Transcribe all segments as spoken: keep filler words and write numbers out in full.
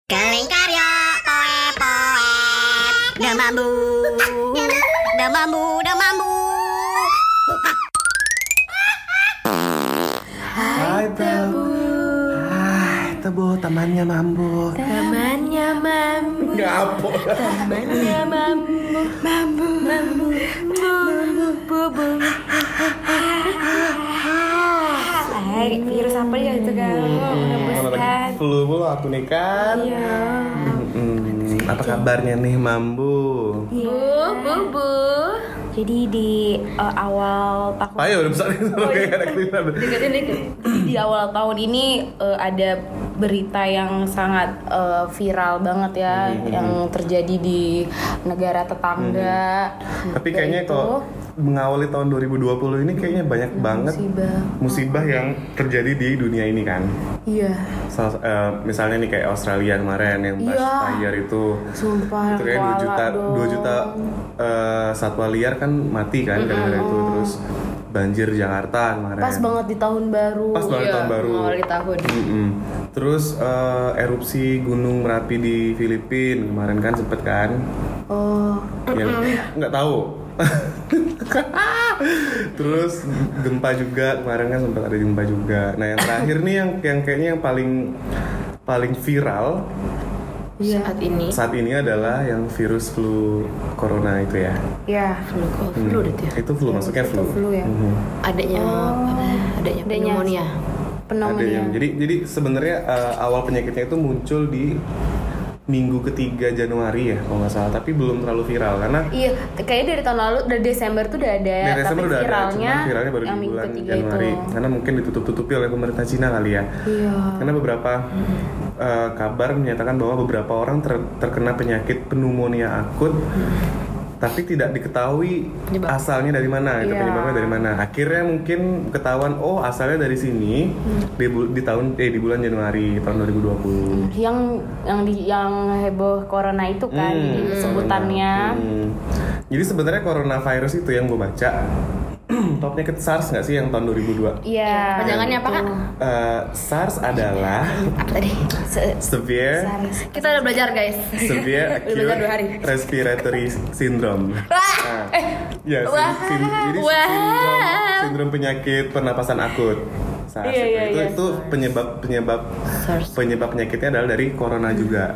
Kelingkarya poe-poe Demambu Demambu Demambu Hai Prabu. Hai Tebu, temannya Mambu. Temannya Mambu. Ngapo. Temannya Mambu. Mambu. Mambu. Mambu. Bubu. Hai, virus apa ya itu kamu? Menembuskan. Flu mulu aku nih kan. Iya. Hmm, apa kabarnya nih Mambu? Bu, bu, bu. Jadi di uh, awal tahun. Ayo udah besar nih. Oh, iya. Kayak aktifan. Diketin dikit. Di awal tahun ini uh, ada berita yang sangat uh, viral banget ya, Hmm. yang terjadi di negara tetangga. Hmm. Tapi kayaknya Yaitu kalau mengawali tahun dua ribu dua puluh ini kayaknya banyak banget musibah. musibah yang terjadi di dunia ini kan. Iya. Salah, uh, misalnya nih kayak Australia kemarin yang Iya. bushfire itu. Sumpah. Itu kayak dua koala juta dong. dua juta uh, satwa liar kan mati kan gara-gara itu. Terus banjir Jakarta kemarin. Pas banget di tahun baru. Pas banget Iya, tahun baru. Awal tahun. Mm-mm. Terus uh, erupsi Gunung Merapi di Filipina kemarin kan sempet kan? Oh. Yang nggak tahu. Terus gempa juga kemarin kan sempat ada gempa juga. Nah yang terakhir nih yang yang kayaknya yang paling paling viral Iya. Saat ini saat ini adalah yang virus flu corona itu ya. Iya. flu kok Hmm. flu itu ya. Itu flu maksudnya itu flu. flu ya. Mhm. Adanya apa? Adanya Adanya pneumonia. Ada Pneumonia. yang jadi jadi sebenarnya uh, awal penyakitnya itu muncul di minggu ketiga Januari ya kalau nggak salah, tapi belum terlalu viral karena Iya, kayaknya dari tahun lalu, dari Desember tuh udah ada. dari Desember tapi udah ada, viralnya, cuman viralnya baru yang di minggu bulan ketiga Januari itu. karena mungkin ditutup-tutupi oleh pemerintah Cina kali ya. Iya. Karena beberapa uh, kabar menyatakan bahwa beberapa orang ter- terkena penyakit pneumonia akut, tapi tidak diketahui Penyebab. asalnya dari mana, itu Iya. penyebabnya dari mana. Akhirnya mungkin ketahuan, oh asalnya dari sini di, bu- di tahun eh di bulan Januari tahun dua ribu dua puluh. Yang yang di yang heboh corona itu kan, Hmm, jadi sebutannya. hmm. Jadi sebenarnya coronavirus itu yang gue baca, tau penyakit SARS nggak sih yang tahun dua ribu dua? Iya. Panjangannya apa, Kak? Uh, SARS adalah Apa tadi? Se- severe Kita udah belajar, guys. severe Udah belajar dua hari. acute respiratory syndrome. Wah. Nah, Eh. ya, sin- Wah. sin- jadi Wah. sindrom, sindrom penyakit pernapasan akut. SARS Iya, itu, iya, itu, iya. itu penyebab penyebab SARS. penyebab penyakitnya adalah dari corona juga.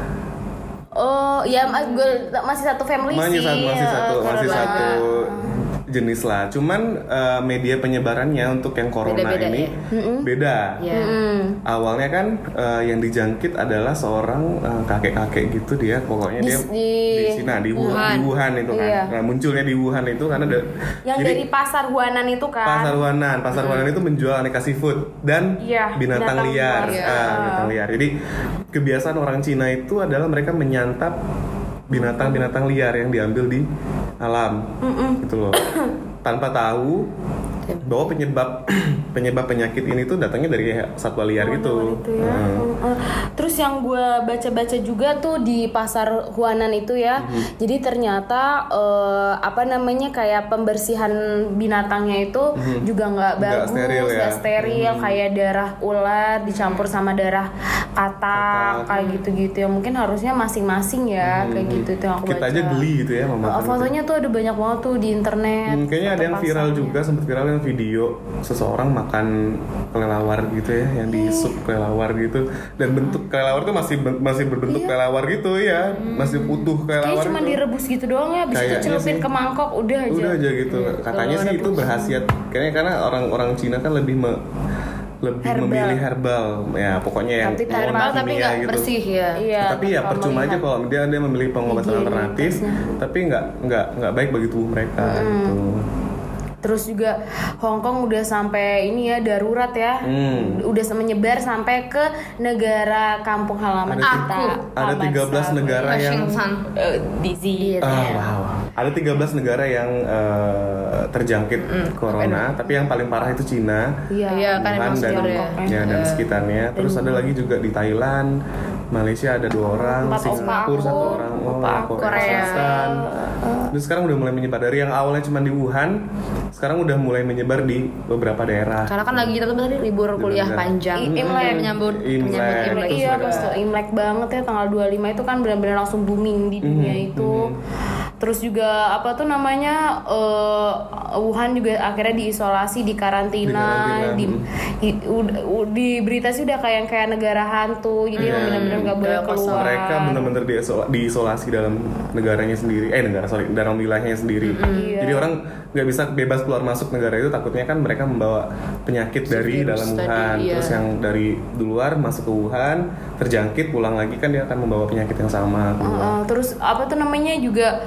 Oh, ya mas, gue masih satu family Masih sih. satu, masih satu, eh, masih corona. satu jenis lah. Cuman uh, media penyebarannya untuk yang corona Beda-beda ini ya? beda. Ya. Mm. Awalnya kan uh, yang dijangkit adalah seorang uh, kakek-kakek gitu dia, pokoknya Di- dia di- di Cina, di Wuhan, Wuhan. di Wuhan itu kan. Iya. Nah, munculnya di Wuhan itu karena ada Yang jadi dari pasar Huanan itu kan. pasar Wuhanan, pasar Wuhanan itu menjual aneka seafood dan Iya, binatang, binatang liar, buas. Ah, binatang liar. Jadi kebiasaan orang Cina itu adalah mereka menyantap binatang-binatang liar yang diambil di alam, gitu loh, tanpa tahu bahwa penyebab penyebab penyakit ini tuh datangnya dari satwa liar gitu. Itu ya. Hmm. Uh, Terus yang gue baca-baca juga tuh di pasar Huanan itu ya. Mhm. Jadi ternyata uh, apa namanya kayak pembersihan binatangnya itu juga nggak Mhm. Nggak bagus, steril ya. nggak steril, Mhm. kayak darah ular dicampur sama darah katak, Katak. kayak gitu-gitu ya. Mungkin harusnya masing-masing ya kayak gitu itu yang aku Kita baca. aja geli gitu ya memakan Uh, itu. fotonya tuh ada banyak banget tuh di internet. Hmm, kayaknya ada foto yang viral pasarnya. juga, sempat viral yang video seseorang makan kelelawar gitu ya, yang di sup kelelawar gitu, dan bentuk kelelawar tuh masih ben- masih berbentuk kelelawar gitu ya, masih utuh kelelawar. Kayaknya cuma itu. direbus gitu doang ya, habis itu Kayaknya celupin sih. ke mangkok udah aja. Udah aja gitu. Katanya Kalau sih ada itu porsi. berhasiat. Kayaknya karena orang-orang Cina kan lebih me- lebih Herbal. memilih herbal. Ya, pokoknya yang Tapi non Herbal tapi kimia nggak gitu. bersih ya. Iya. Tapi ya kalau percuma aja melihat- kalau dia dia memilih pengobatan alternatif, Higienitasnya. tapi nggak nggak nggak baik bagi tubuh mereka gitu. Terus juga Hong Kong udah sampai ini ya darurat ya, Hmm. udah menyebar sampai ke negara kampung halaman Ada kita. tiga- ada tiga belas negara yang Washington. Uh, D C. Ah, wow. Ada tiga belas negara yang eh, terjangkit corona, tapi yang paling parah itu Cina, Iya. Iya, kan Wuhan emang dan sekitar ya. ya, dan sekitarnya. Terus ada lagi juga di Thailand, Malaysia ada dua orang, Empat Singapura opa satu aku. orang, oh, Opa aku. Korea. Selatan. Terus sekarang udah mulai menyebar dari yang awalnya cuma di Wuhan, sekarang udah mulai menyebar di beberapa daerah. Karena kan lagi kita tuh tadi libur kuliah Bener-bener. panjang. I- Imlek. menyambut Imlek. menyambut Imlek. Terus Iya, mereka- pas tuh Imlek banget ya tanggal dua puluh lima itu kan benar-benar langsung booming di dunia Mhm, itu. Terus juga apa tuh namanya eh, Wuhan juga akhirnya diisolasi, di karantina, Di di, karantina, i- ud- u- di berita sih udah kayak kayak negara hantu. Jadi emang benar-benar nggak boleh Kayak kosong. keluar. Mereka benar-benar diisola- diisolasi dalam negaranya sendiri, eh negara sorry, dalam wilayahnya sendiri. Iya. Jadi orang nggak bisa bebas keluar masuk negara itu, takutnya kan mereka membawa penyakit dari virus dalam tadi, Wuhan. iya. Terus yang dari luar masuk ke Wuhan, terjangkit pulang lagi kan dia akan membawa penyakit yang sama. keluar. Uh, terus apa tuh namanya juga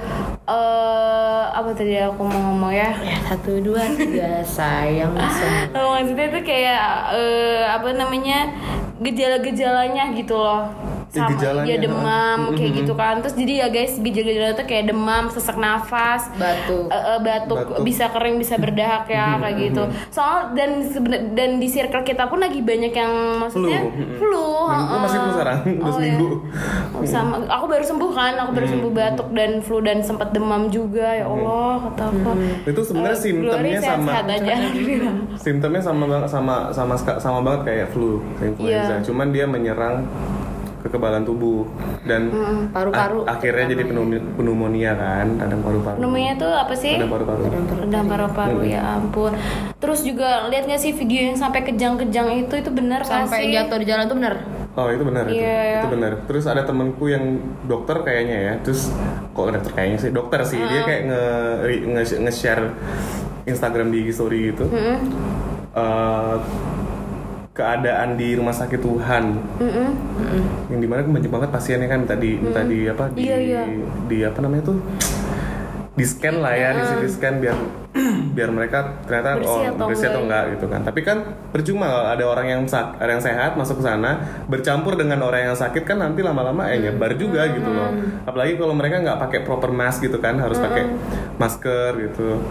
eh apa tadi aku mau ngomong ya? Ya satu dua tiga sayang semua. Oh, maksudnya itu kayak eh, apa namanya gejala-gejalanya gitu loh. Ya, Sama gejalanya, ya demam ha. kayak Mm-mm. gitu kan. Terus jadi ya guys gejala-gejala itu kayak demam, sesak nafas, Batuk. eh, eh, batuk, Batuk. bisa kering, bisa berdahak ya kayak gitu. Soal dan sebena- dan di circle kita pun lagi banyak yang maksudnya Flu. Mm-mm. flu. Dan gue masih flu sekarang, udah Oh, seminggu. ya. Sama aku baru sembuh kan, aku baru sembuh batuk dan flu dan sempat demam juga ya Allah kata aku. Itu sebenarnya Eh, simptomnya Glory sama sehat-sehat aja. simptomnya sama banget sama sama sama banget kayak flu, kayak influenza. Iya. Cuman dia menyerang kekebalan tubuh dan Paru-paru a- akhirnya jadi terutama pneumonia, pneumonia kan, radang paru-paru. Namanya tuh apa sih? Radang paru-paru. Redam paru-paru Hmm. ya ampun. Terus juga lihat nggak sih video yang sampai kejang-kejang itu itu benar nggak Sampai sih? jatuh di jalan tuh bener. Oh itu benar itu, Iya. itu benar. Terus ada temenku yang dokter kayaknya ya, terus kok dokter kayaknya sih dokter sih, dia kayak nge nge nge-share Instagram di story gitu. Mm-mm. Eh, keadaan di rumah sakit Wuhan, Mm-mm. yang dimana kan banyak banget pasiennya kan tadi minta di apa di Iya, iya. di apa namanya tuh di scan lah ya, di scan biar biar mereka ternyata Bersih oh atau bersih atau enggak. enggak gitu kan. Tapi kan percuma kalau ada orang yang sak, ada yang sehat masuk ke sana bercampur dengan orang yang sakit kan nanti lama-lama eh nyebar juga gitu loh. Apalagi kalau mereka nggak pakai proper mask gitu kan, harus pakai masker gitu.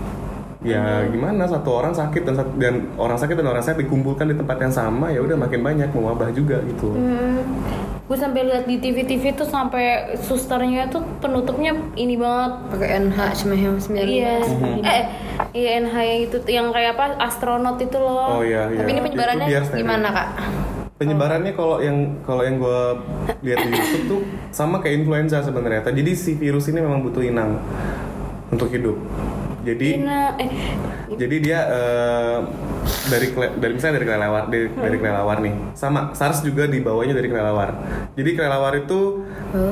Ya gimana satu orang sakit dan sat- dan orang sakit dan orang sehat dikumpulkan di tempat yang sama, ya udah makin banyak mewabah juga gitu. Hmm. Gue sampai lihat di T V-T V tuh sampai susternya tuh penutupnya ini banget. Pakai N H sembilan sembilan. Iya, eh, iya N H yang itu yang kayak apa astronot itu loh. Oh iya iya. Tapi ini Itu penyebarannya biar steril. gimana kak? Penyebarannya kalau yang kalau yang gue lihat di YouTube tuh sama kayak influenza sebenarnya. Jadi si virus ini memang butuh inang untuk hidup. Jadi Ina, eh, jadi dia eh, dari kele- dari misalnya dari kelelawar dari, dari kelelawar nih. Sama SARS juga dibawanya dari kelelawar. Jadi kelelawar itu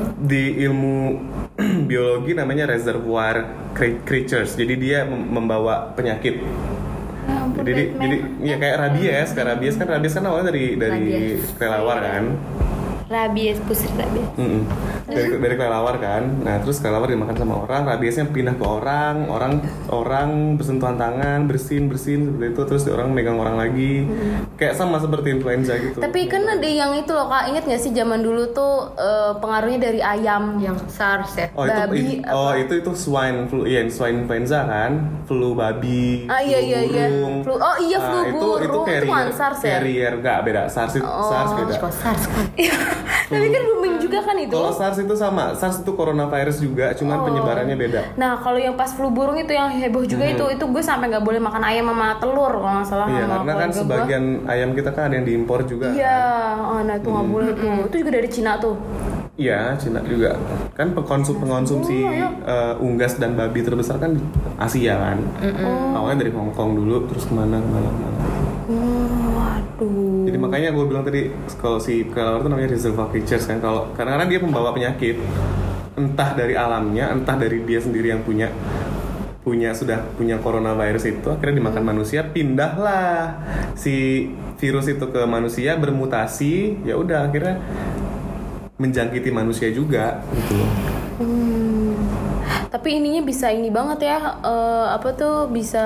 di ilmu biologi namanya reservoir cre- creatures. Jadi dia mem- membawa penyakit. ya ampun, Jadi Batman. jadi ya kayak rabies, kayak rabies kan rabies kan awalnya dari dari Rabies. kelelawar kan. rabies, pusir rabies. Mm-mm. Dari, dari kelelawar kan, nah terus kelelawar dimakan sama orang, rabiesnya pindah ke orang, orang orang bersentuhan tangan, bersin bersin seperti itu, terus orang megang orang lagi, kayak sama seperti influenza gitu. Tapi kan ada yang itu loh kak, inget gak sih zaman dulu tuh eh, pengaruhnya dari ayam. Yang SARS ya. oh itu babi, i- oh itu itu swine flu, iya swine influenza kan, flu babi, Ah, iya, flu iya, iya. burung. Flu- oh, iya, Nah, flu itu, burung. itu Itu carrier, bukan SARS ya? carrier nggak beda, SARS itu SARS beda. Kok SARS kan? Tapi kan booming juga kan itu. Kalau SARS itu sama, SARS itu coronavirus juga, cuman penyebarannya beda. Nah kalau yang pas flu burung itu yang heboh juga itu itu gue sampai nggak boleh makan ayam sama telur kalau nggak salah Iya, sama karena kan keluarga gua. sebagian ayam kita kan ada yang diimpor juga. Iya, oh, nah itu nggak boleh tuh. Itu juga dari Cina tuh. Iya, Cina juga. Kan pengkonsum pengonsumsi eh, unggas dan babi terbesar kan di Asia kan. Awalnya dari Hong Kong dulu, terus kemana kemana kemana. Hmm, waduh. Jadi makanya gue bilang tadi kalau si kelelawar itu namanya reservoir creatures kan, kalau karena kadang dia membawa penyakit entah dari alamnya, entah dari dia sendiri yang punya punya sudah punya coronavirus itu, akhirnya dimakan manusia, pindahlah si virus itu ke manusia, bermutasi, ya udah akhirnya menjangkiti manusia juga gitu loh. Hmm. Tapi ininya bisa ini banget ya, eh, apa tuh bisa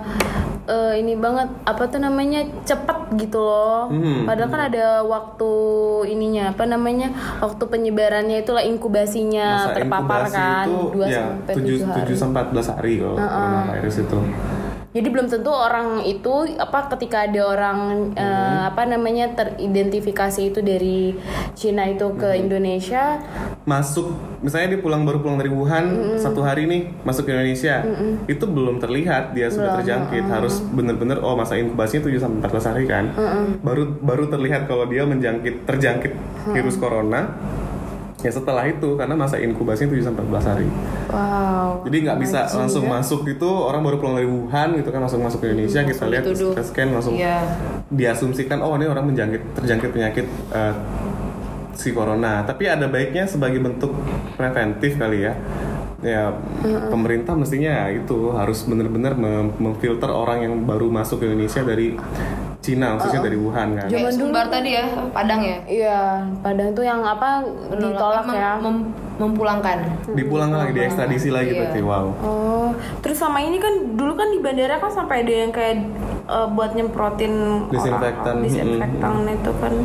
eh, ini banget, apa tuh namanya cepet gitu loh. Hmm. Padahal kan ada waktu ininya, apa namanya, waktu penyebarannya itulah inkubasinya Masa terpapar inkubasi kan, itu dua ya sampai tujuh tujuh hari. sampai empat belas hari kalau coronavirus itu. Jadi belum tentu orang itu apa ketika ada orang Hmm. eh, apa namanya teridentifikasi itu dari Cina itu ke Hmm. Indonesia. Masuk, misalnya dia pulang baru pulang dari Wuhan satu hari nih masuk ke Indonesia, itu belum terlihat dia sudah terjangkit. Harus bener-bener oh masa inkubasinya tujuh sampai empat belas hari kan, baru baru terlihat kalau dia menjangkit terjangkit virus corona. Ya setelah itu karena masa inkubasinya tujuh sampai empat belas hari. Wow. Jadi nggak bisa Anjing, langsung ya. masuk itu orang baru pulang dari Wuhan gitu kan langsung masuk ke Indonesia, kita lihat dituduh. kita scan langsung Iya. diasumsikan oh ini orang menjangkit terjangkit penyakit eh, si corona. Tapi ada baiknya sebagai bentuk preventif kali ya. Ya pemerintah mestinya itu harus benar-benar mem- memfilter orang yang baru masuk ke Indonesia dari Cina, khususnya dari Wuhan kan. Kayak Zaman dulu Sumbar tadi ya, Padang ya. Iya, Padang tuh yang apa ditolak Mem- ya. mem- memulangkan. Dipulangkan lagi, diekstradisi lagi Iya. berarti wow. Oh, terus sama ini kan dulu kan di bandara kan sampai ada yang kayak eh, buat nyemprotin Disinfektan. orang, disinfektan itu kan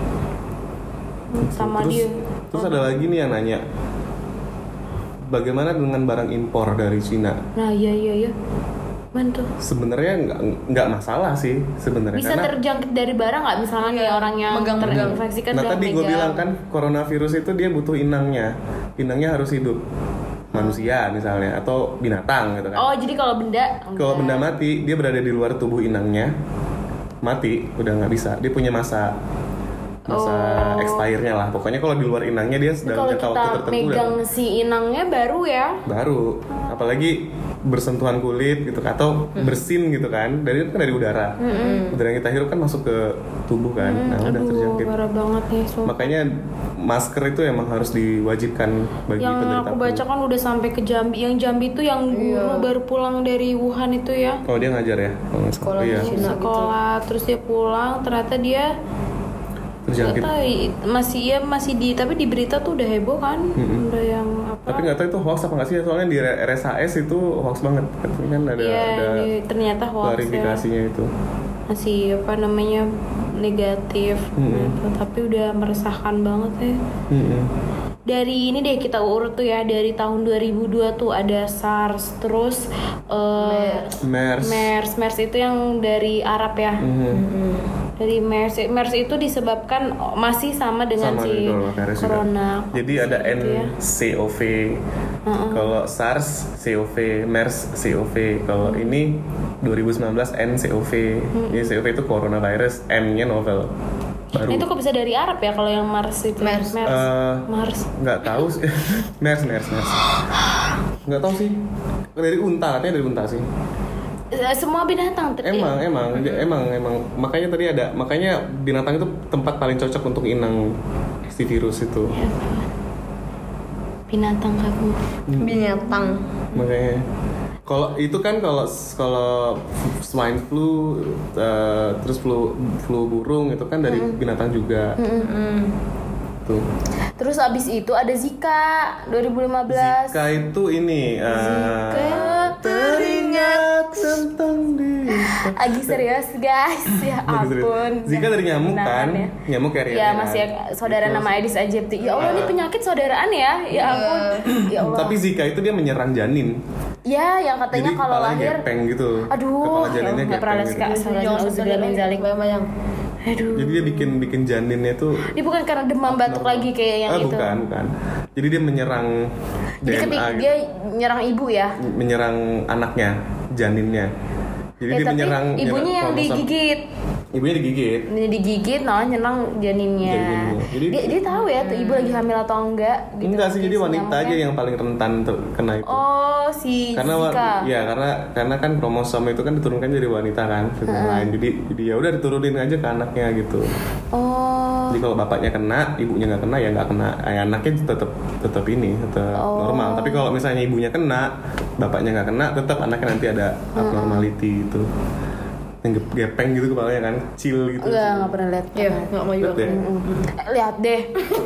sama terus, dia. terus ada lagi nih yang nanya, bagaimana dengan barang impor dari Cina? Nah, iya iya iya. Man tuh. Sebenarnya nggak nggak masalah sih sebenarnya Bisa karena terjangkit dari barang nggak misalnya kayak orang yang Megang-megang. terinfeksi kan nah udah tadi gue megang. bilang kan coronavirus itu dia butuh inangnya, inangnya harus hidup, manusia misalnya atau binatang gitu kan. Oh, jadi kalau benda Kalau enggak. benda mati dia berada di luar tubuh inangnya, mati udah nggak bisa, dia punya masa masa Oh. expire-nya lah. Pokoknya kalau di luar inangnya dia Jadi dalam kalau jangka kita waktu tertentu udah megang si inangnya baru ya. baru, apalagi bersentuhan kulit gitu atau bersin gitu kan, dari itu kan dari udara, udara yang kita hirup kan masuk ke tubuh kan, nah udah Aduh, terjangkit. parah banget nih. sumpah. Makanya masker itu emang harus diwajibkan bagi Yang penderita aku flu. baca kan udah sampai ke Jambi. Yang Jambi itu yang guru baru pulang dari Wuhan itu ya. Oh dia ngajar ya? Oh, Sekolah iya. di Cina. Sekolah terus dia pulang ternyata dia Terjangkit. nggak tahu, i- masih ya masih di tapi di berita tuh udah heboh kan, udah yang apa? Tapi nggak tahu itu hoax apa nggak sih? Soalnya di R S H S itu hoax banget. Katanya kan ada Iya, ada ini ternyata hoax ya. klarifikasinya itu. Masih apa namanya negatif, gitu. Tapi udah meresahkan banget ya. Mm-mm. Dari ini deh kita urut tuh ya, dari tahun dua ribu dua tuh ada SARS, terus eh, MERS. MERS, MERS itu yang dari Arab ya. Mhm. Dari MERS, MERS itu disebabkan masih sama dengan Sama si dengan coronavirus juga. corona. Jadi ada N Gitu ya. C O V. Kalau SARS C O V, MERS C O V. Kalau ini dua ribu sembilan belas N C O V. Jadi C O V itu coronavirus, N-nya novel. Baru. Nah, itu kok bisa dari Arab ya kalau yang MERS itu? MERS. MERS. Eh, MERS. nggak tahu sih. MERS, MERS, MERS. Nggak tahu sih. Dari unta, katanya dari unta sih. Eh, Semua binatang ter- Emang, emang, dia- emang, emang. Makanya tadi ada, makanya binatang itu tempat paling cocok untuk inang si virus itu. binatang kamu. Binatang. Makanya kalau itu kan kalau kalau swine flu eh, terus flu flu burung itu kan dari binatang juga. Tuh. Terus abis itu ada Zika dua ribu lima belas. Zika itu ini eh, Zika teringat tentang desa. Lagi serius guys, ya Lagi serius. ampun. Zika dari nyamuk kan? Beneran ya. Nyamuk carrier Ya kan? masih saudara Itu. nama Aedes aegypti. Ya Allah ini penyakit saudaraan ya. Ya ampun. Ya Allah. Tapi Zika itu dia menyerang janin. Ya yang katanya Jadi kalau kepalanya lahir. gepeng gitu. Aduh, Kepala ya janinnya nggak pernah gepeng lihat gitu. Kak. Auzubillah min zalik. Bayang-bayang. Aduh. Jadi dia bikin bikin janinnya tuh Ini bukan karena demam batuk lagi kayak yang ah, itu. bukan, bukan. Jadi dia menyerang Jadi D N A ketika gitu. dia nyerang ibu ya. Menyerang anaknya, janinnya. Jadi Eh, dia tapi menyerang ibunya yang kromosom. digigit. Ibunya digigit. Ini digigit, nah nyerang janinnya. Janinnya. Jadi- dia, dia tahu ya tuh ibu lagi hamil atau enggak. gitu. Enggak sih, jadi Si wanita nyamuknya. aja yang paling rentan terkena itu. Oh si karena wa- Zika. ya karena karena kan kromosom itu kan diturunkan dari wanita kan, dari yang lain. Jadi jadi ya udah diturunin aja ke anaknya gitu. Oh. Jadi kalau bapaknya kena, ibunya nggak kena ya nggak kena. Eh, anaknya tetap tetap ini, tetap Oh. normal. Tapi kalau misalnya ibunya kena, bapaknya nggak kena, tetap anaknya nanti ada abnormality itu. Yang gep- gepeng gitu kepalanya kan, chill gitu. Enggak, enggak pernah lihat. Iya, nggak mau juga. Lihat deh. Eh, lihat deh.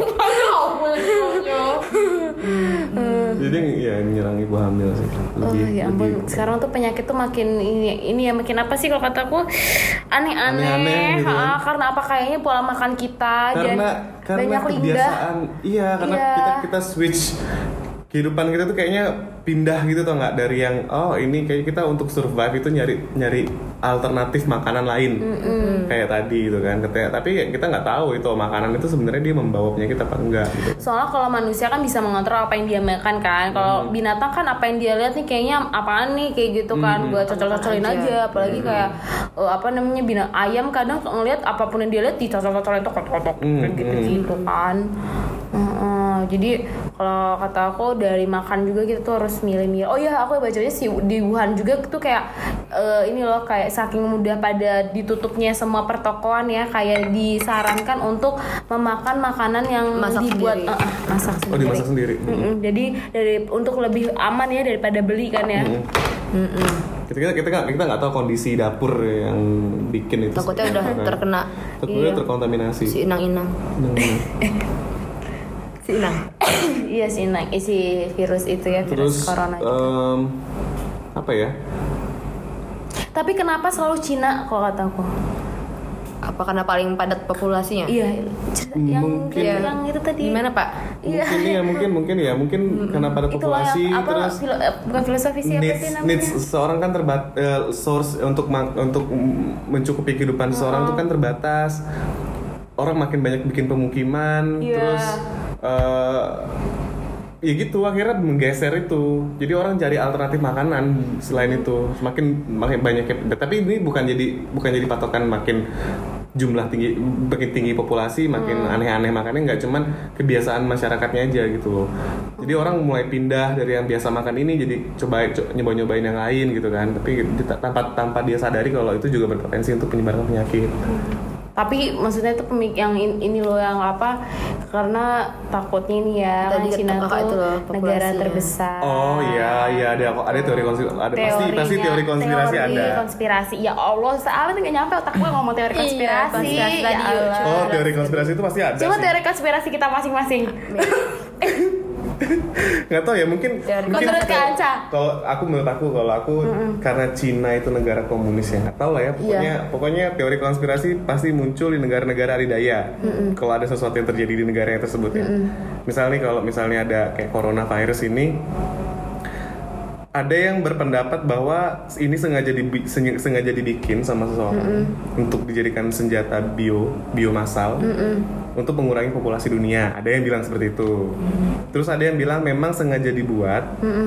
Jadi ya menyerang ibu hamil sih. Oh Lebih, ya ampun, lebih- sekarang tuh penyakit tuh makin ini, ini ya makin apa sih kalau kataku aneh-aneh, Aneh-aneh gitu ha, kan. karena apa kayaknya pola makan kita karena dan karena banyak limbah. kebiasaan iya karena Iya. kita kita switch kehidupan kita tuh kayaknya pindah gitu tau nggak, dari yang oh ini kayak kita untuk survive itu nyari nyari alternatif makanan lain mm-hmm. kayak tadi gitu kan. Ketika, tapi kita nggak tahu itu makanan itu sebenarnya dia membawa penyakit apa enggak gitu. Soalnya kalau manusia kan bisa mengontrol apa yang dia makan kan. Kalau mm-hmm. binatang kan apa yang dia lihat nih kayaknya apaan nih kayak gitu kan, mm-hmm. buat cocol-cocolin aja. aja. Apalagi mm-hmm. kayak uh, apa namanya bina ayam kadang ngelihat apapun yang dia lihat dicocol-cocolin kotok-kotok mm-hmm. gitu-gitu kan. Uh-uh. Jadi kalau kata aku dari makan juga kita tuh harus milih-milih. Oh ya aku bacanya sih di Wuhan juga tuh kayak uh, ini loh kayak saking mudah pada ditutupnya semua pertokoan ya, kayak disarankan untuk memakan makanan yang masak dibuat sendiri. Uh, masak sendiri. Oh dimasak sendiri. Mm-mm. Jadi dari untuk lebih aman ya daripada beli kan ya. Mm-mm. Mm-mm. Kita kita kita kita nggak tahu kondisi dapur yang bikin itu. Takutnya udah terkena. Takutnya iya. terkontaminasi. Si inang-inang. Si inang. Iya sih, nah isi virus itu ya, virus Terus, corona. Um, apa ya? Tapi kenapa selalu Cina kalau kataku? Apa karena paling padat populasinya? Iya, yang Mungkin. yang, yang itu tadi. Gimana Pak? Iya. Mungkin ya, mungkin mungkin ya, mungkin karena pada Itulah populasi yang, apa, terus filo, eh, bukan filosofi sih apa needs, sih namanya? needs seorang kan terbat uh, source untuk ma- untuk mencukupi kehidupan seseorang itu kan terbatas. Orang makin banyak bikin pemukiman, Iya. terus uh, ya gitu akhirnya menggeser itu. Jadi orang cari alternatif makanan selain itu. Semakin makin banyak, tapi ini bukan jadi bukan jadi patokan makin jumlah tinggi, makin tinggi populasi makin hmm. aneh-aneh makannya, nggak cuman kebiasaan masyarakatnya aja gitu loh. Jadi orang mulai pindah dari yang biasa makan ini jadi coba co- nyoba-nyobain yang lain gitu kan. Tapi tanpa tanpa dia sadari kalau itu juga berpotensi untuk penyebaran penyakit. Tapi maksudnya itu pemik yang in, ini loh yang apa, karena takutnya ini ya kan Tadi Cina kata kakak itu tuh loh, negara populasinya. terbesar. Oh iya iya ada ada teori konspirasi, ada pasti pasti Teorinya- teori konspirasi teori ada. konspirasi. Ya Allah, soalnya tuh nggak nyampe otak gue ngomong teori Iya, konspirasi. konspirasi Ya tadi, Allah. yuk. Oh teori konspirasi itu pasti ada Coba sih. teori konspirasi kita masing-masing. Nggak tahu ya, mungkin Teori mungkin Menurut Kak Anca? kalau aku menurut aku kalau aku karena Cina itu negara komunis ya nggak tahu lah ya pokoknya Iya. pokoknya teori konspirasi pasti muncul di negara-negara adidaya kalau ada sesuatu yang terjadi di negara yang tersebut ya. Misalnya kalau misalnya ada kayak coronavirus ini, ada yang berpendapat bahwa ini sengaja dibi- sen- sengaja dibikin sama seseorang untuk dijadikan senjata bio biomassal untuk mengurangi populasi dunia. Ada yang bilang seperti itu. Terus ada yang bilang memang sengaja dibuat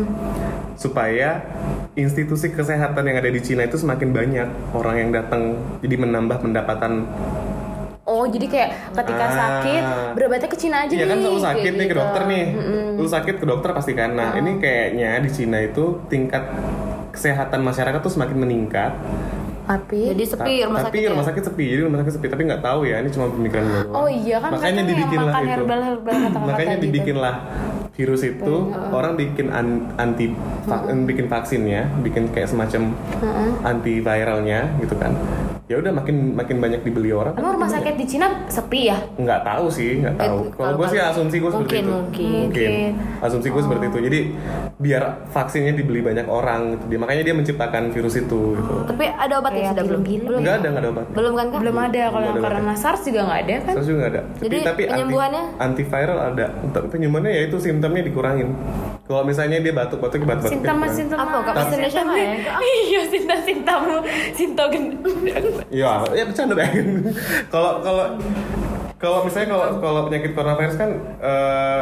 supaya institusi kesehatan yang ada di Cina itu semakin banyak orang yang datang, jadi menambah pendapatan. Oh, jadi kayak ketika Ah. sakit berobatnya ke Cina aja Iya nih. kan kalau sakit kayak nih ke gitu. dokter nih, lu sakit ke dokter pasti kan. Nah ini kayaknya di Cina itu tingkat kesehatan masyarakat tuh semakin meningkat. Tapi Jadi sepi Ta- rumah tapi sakit. rumah sakit sepi, jadi rumah sakit sepi. Tapi nggak tahu ya, ini cuma pemikiran gue doang. Oh iya kan, makanya mereka yang dibikinlah makan itu. herbal-herbal kata-kata Makanya tadi dibikinlah virus itu, orang bikin an- anti, va- bikin vaksinnya, bikin kayak semacam antiviralnya gitu kan. Ya udah makin makin banyak dibeli orang. Emang rumah sakit di Cina sepi ya? Nggak tahu sih, nggak tahu. Eh, Kalau gue sih kalau- asumsi gue seperti mungkin, itu. mungkin. Mungkin. Asumsi gue seperti itu. Jadi biar vaksinnya dibeli banyak orang, gitu. Dia makanya dia menciptakan virus itu. Gitu. Tapi ada obatnya Kayak sudah belum? film-film. Belum. Nggak ada, nggak ada obat. Belum kan Kak? Belum ada. Kalau Belum yang ada karena SARS juga nggak ada kan? Terus juga nggak ada. Jadi, tapi anti- penyembuhannya? antiviral ada. Tapi penyembuhannya ya itu simptomnya dikurangin. Kalau misalnya dia batuk-batuk, batuk-batuk. Simptom-simptom Apa, Kak? Bahasa Indonesia apa ya? Iya, simptom-simptommu, simptom. Iya, ya bercanda deh. Kalau kalau kalau misalnya kalau kalau penyakit coronavirus kan eh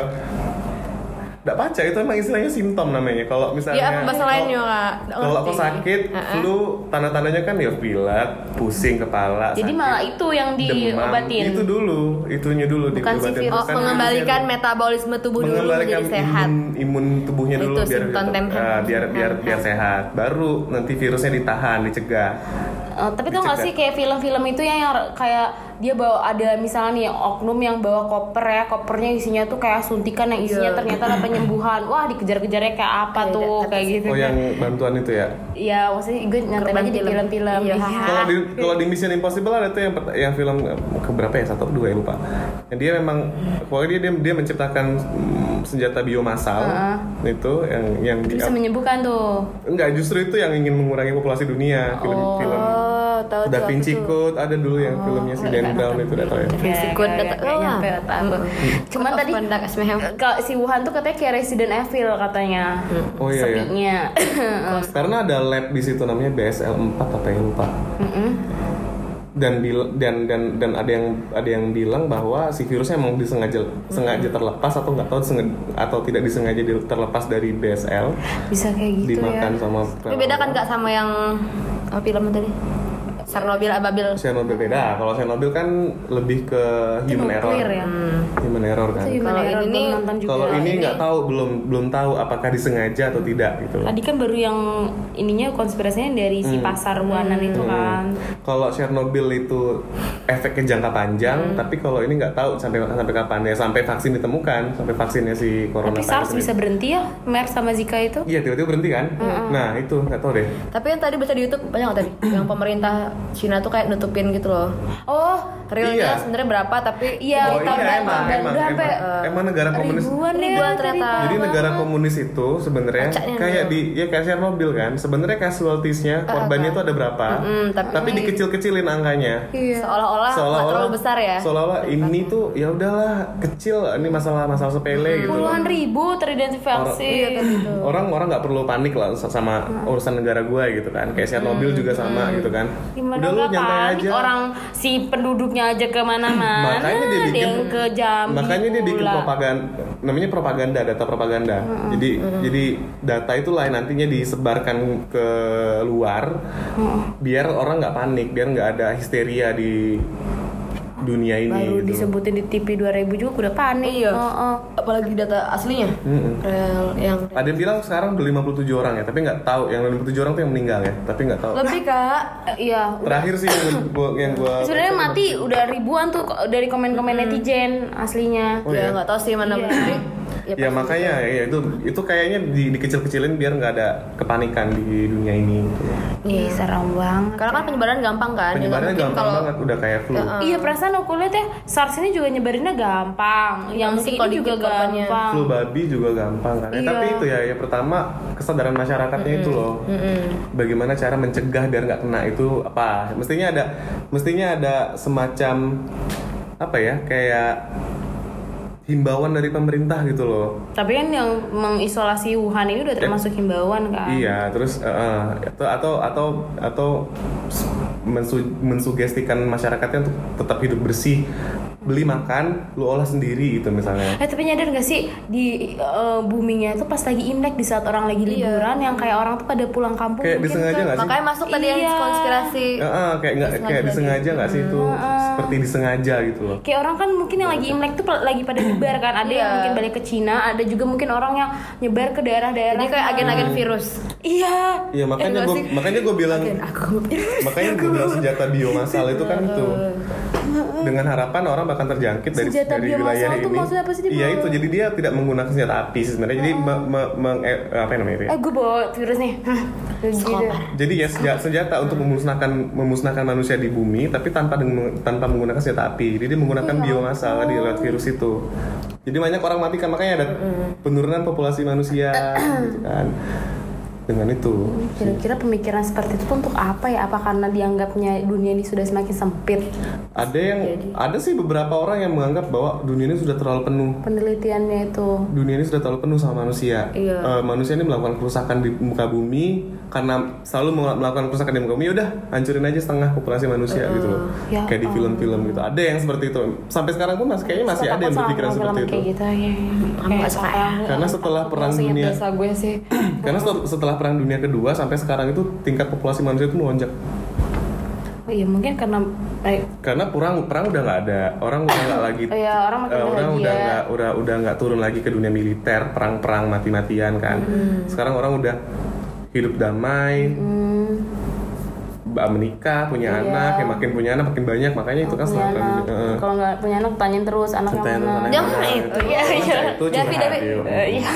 nggak baca itu emang istilahnya simptom namanya. Kalau misalnya Ya, apa bahasa kalau- lainnya, Kak? Nggak Kalau aku ngerti. sakit, Uh-uh. flu, tanda-tandanya kan ya pilek, pusing kepala. Jadi sakit, malah itu yang demam. diobatin. Itu dulu, itunya dulu Bukan si diobatin. virus. Oh, Bukan mengembalikan virusnya. metabolisme tubuh dulu Mengembalikan menjadi sehat. imun, imun tubuhnya dulu Itu biar simptom tempat. ah, biar biar biar sehat. Baru nanti virusnya ditahan, dicegah. Eh, tapi tau gak Dicegah. sih kayak film-film itu yang, yang kayak dia bawa ada misalnya nih oknum yang bawa koper ya, kopernya isinya tuh kayak suntikan yang isinya Iya. ternyata ada penyembuhan. Wah, dikejar-kejarnya kayak apa Iya, tuh tapi- kayak gitu Oh kan. yang bantuan itu ya. Ya maksudnya gue nonton Korban aja di film. film-film. Iya. Iya. Kalau di kalau di Mission Impossible ada tuh yang pert- yang film eh, keberapa ya, satu atau dua ya lupa. Yang dia memang pokoknya dia dia, dia menciptakan mm, senjata biomassal itu yang yang Bisa di, menyembuhkan tuh. enggak justru itu yang ingin mengurangi populasi dunia film Oh, film. tahu Da tuh, Vinci aku tuh. Code ada dulu yang filmnya si Dan Brown itu udah tau ya. Da Vinci Code Kayak- udah kayak tahu lah. nyampe otak aku. Cuman Code of tadi Conduct S M H. kalau si Wuhan tuh katanya kayak Resident Evil katanya. Oh iya, iya. Sepinya. Karena ada lab di situ namanya B S L empat apa yang lupa. Dan bil- dan dan dan ada yang ada yang bilang bahwa si virusnya emang disengaja sengaja terlepas atau nggak tahu disengaja, atau tidak disengaja di- terlepas dari B S L Bisa kayak gitu dimakan ya. sama Tapi beda kan nggak sama yang apa film tadi? Chernobyl, Ababil. Chernobyl beda. Kalau Chernobyl kan lebih ke human error. Nuklir ya. Human error kan. Itu Kalau gimana ya? ini nih- Belum nonton juga. Kalau ini nggak tahu belum belum tahu apakah disengaja atau tidak gitu. Tadi kan baru yang ininya konspirasinya dari si pasar Wuhanan itu kan. Kalau Chernobyl itu efeknya jangka panjang, tapi kalau ini nggak tahu sampai sampai kapan ya, sampai vaksin ditemukan, sampai vaksinnya si corona. Tapi SARS virus ini. bisa berhenti ya, MERS sama Zika itu? Iya, tiba-tiba berhenti kan? Nah, itu nggak tahu deh. Tapi yang tadi baca di YouTube banyak nggak tadi? Yang pemerintah Cina tuh kayak nutupin gitu loh. Oh, Iya. Realnya sebenarnya berapa tapi iya, Oh tahun iya, berapa? emang, Dan emang, udah sampai emang, emang negara komunis. ribuan ya, Ribuan ternyata. Jadi negara komunis itu sebenarnya Acaknya kayak dulu. di ya kayak Chernobyl kan. Sebenarnya casualtiesnya korbannya itu ada berapa? Mm, tapi- tapi dikecil-kecilin angkanya. Iya. seolah-olah nggak terlalu besar ya. Seolah-olah ini tuh ya udahlah kecil, ini masalah-masalah sepele gitu. Puluhan ribu teridentifikasi. Iya kan gitu. Orang-orang nggak perlu panik lah sama urusan negara gue gitu kan. Kayak Chernobyl juga sama gitu kan. Gimana Udah lu nggak nyantai panik, aja. orang si penduduknya aja kemana-mana. Makanya dia ada bikin yang ke Jambi makanya dia bikin pula. propaganda, namanya propaganda, data propaganda. Jadi jadi data itulah yang nantinya disebarkan ke luar biar orang nggak panik, biar nggak ada histeria di dunia ini Baru gitu. disebutin di T V dua ribu juga udah panik. Iya. Oh, oh. Apalagi data aslinya. Mm-mm. Real yang Ada yang bilang sekarang udah lima puluh tujuh orang ya, tapi nggak tahu yang lima puluh tujuh orang tuh yang meninggal ya, tapi nggak tahu. lebih Kak. Eh, Iya. Terakhir sih yang gua yang gua Sebenarnya mati udah ribuan tuh ko- dari komen-komen netizen aslinya. Oh, ya iya? nggak tahu sih mana Iya. benar. Ya makanya ya itu itu kayaknya di, dikecil-kecilin biar nggak ada kepanikan di dunia ini gitu. Ih, serem banget. Karena kan penyebaran gampang kan. Ya, nggak Penyebarannya mungkin gampang kalau banget, udah kayak flu. Iya, perasaan aku lihat ya SARS ini juga nyebarinnya gampang. Yang mungkin si kalau ini juga dikit korbannya. gampang. Flu babi juga gampang kan. Ya, Iya. tapi itu ya, ya pertama kesadaran masyarakatnya itu loh. Bagaimana cara mencegah biar nggak kena itu apa? Mestinya ada mestinya ada semacam apa ya kayak himbauan dari pemerintah gitu loh. Tapi kan yang mengisolasi Wuhan ini udah termasuk himbauan kan. Iya, terus uh, uh, atau atau atau atau mensu- mensugestikan masyarakatnya untuk tetap hidup bersih. Beli makan, lu olah sendiri gitu misalnya. Eh tapi nyadar gak sih di eh, boomingnya itu pas lagi Imlek di saat orang lagi liburan yang kayak orang tuh pada pulang kampung Kayak mungkin disengaja ke- nggak sih? makanya masuk tadi yang Iya. konspirasi. Uh, uh, kayak nggak kayak disengaja nggak sih itu seperti disengaja gitu loh. Kayak orang kan mungkin yang lagi Imlek tuh lagi pada nyebar kan. Ada yang Iya. mungkin balik ke Cina, ada juga mungkin orang yang nyebar ke daerah-daerah. Jadi kayak agen-agen virus. Iya. Iya makanya nggak gue sih? makanya gue bilang Aku makanya gue bilang senjata biomassal itu kan itu dengan harapan orang bakal terjangkit dari Senjata dari biomassal wilayah tuh ini. maksudnya apa sih, Di, Iya Bang? itu jadi dia tidak menggunakan senjata api sih sebenarnya. Jadi me- me- meng- eh, apa namanya itu? ya? Eh gue bawa virus nih. Hah, gitu. Jadi ya senjata, senjata untuk memusnahkan memusnahkan manusia di bumi tapi tanpa dengan, tanpa menggunakan senjata api. Jadi dia menggunakan biomassal di lewat virus itu. Jadi banyak orang mati kan makanya ada penurunan populasi manusia gitu kan. Dengan itu. Kira-kira pemikiran seperti itu tuh untuk apa ya? Apa karena dianggapnya dunia ini sudah semakin sempit? Ada yang ada sih beberapa orang yang menganggap bahwa dunia ini sudah terlalu penuh. Penelitiannya itu. Dunia ini sudah terlalu penuh sama manusia. Iya. Eh, manusia ini melakukan kerusakan di muka bumi karena selalu mel- melakukan kerusakan di muka bumi. Udah hancurin aja setengah populasi manusia gitu loh. Ya Kayak di film-film gitu. Ada yang seperti itu. Sampai sekarang pun masih kayaknya masih Suka ada yang takut sama berpikiran film-film seperti itu. kayak gitu ya. nggak suka ya. Karena setelah perang dunia biasa gue sih. karena setelah, setelah perang dunia kedua sampai sekarang itu tingkat populasi manusia itu melonjak. Oh iya mungkin karena eh, Karena perang perang udah nggak ada, orang udah nggak lagi, oh ya orang makin eh, orang bahagia. udah nggak udah udah nggak turun lagi ke dunia militer, perang-perang mati-matian kan. Sekarang orang udah hidup damai, mbak menikah, punya Iya. anak, yang makin punya anak makin banyak, makanya itu kan punya setelah perang anak. dunia. eh, Kalau nggak punya anak tanyain terus anak yang Tanya mana. tanya Jangan mana, itu. Iya, iya. Itu Davi, curhat, Davi. yuk. Eh, Iya.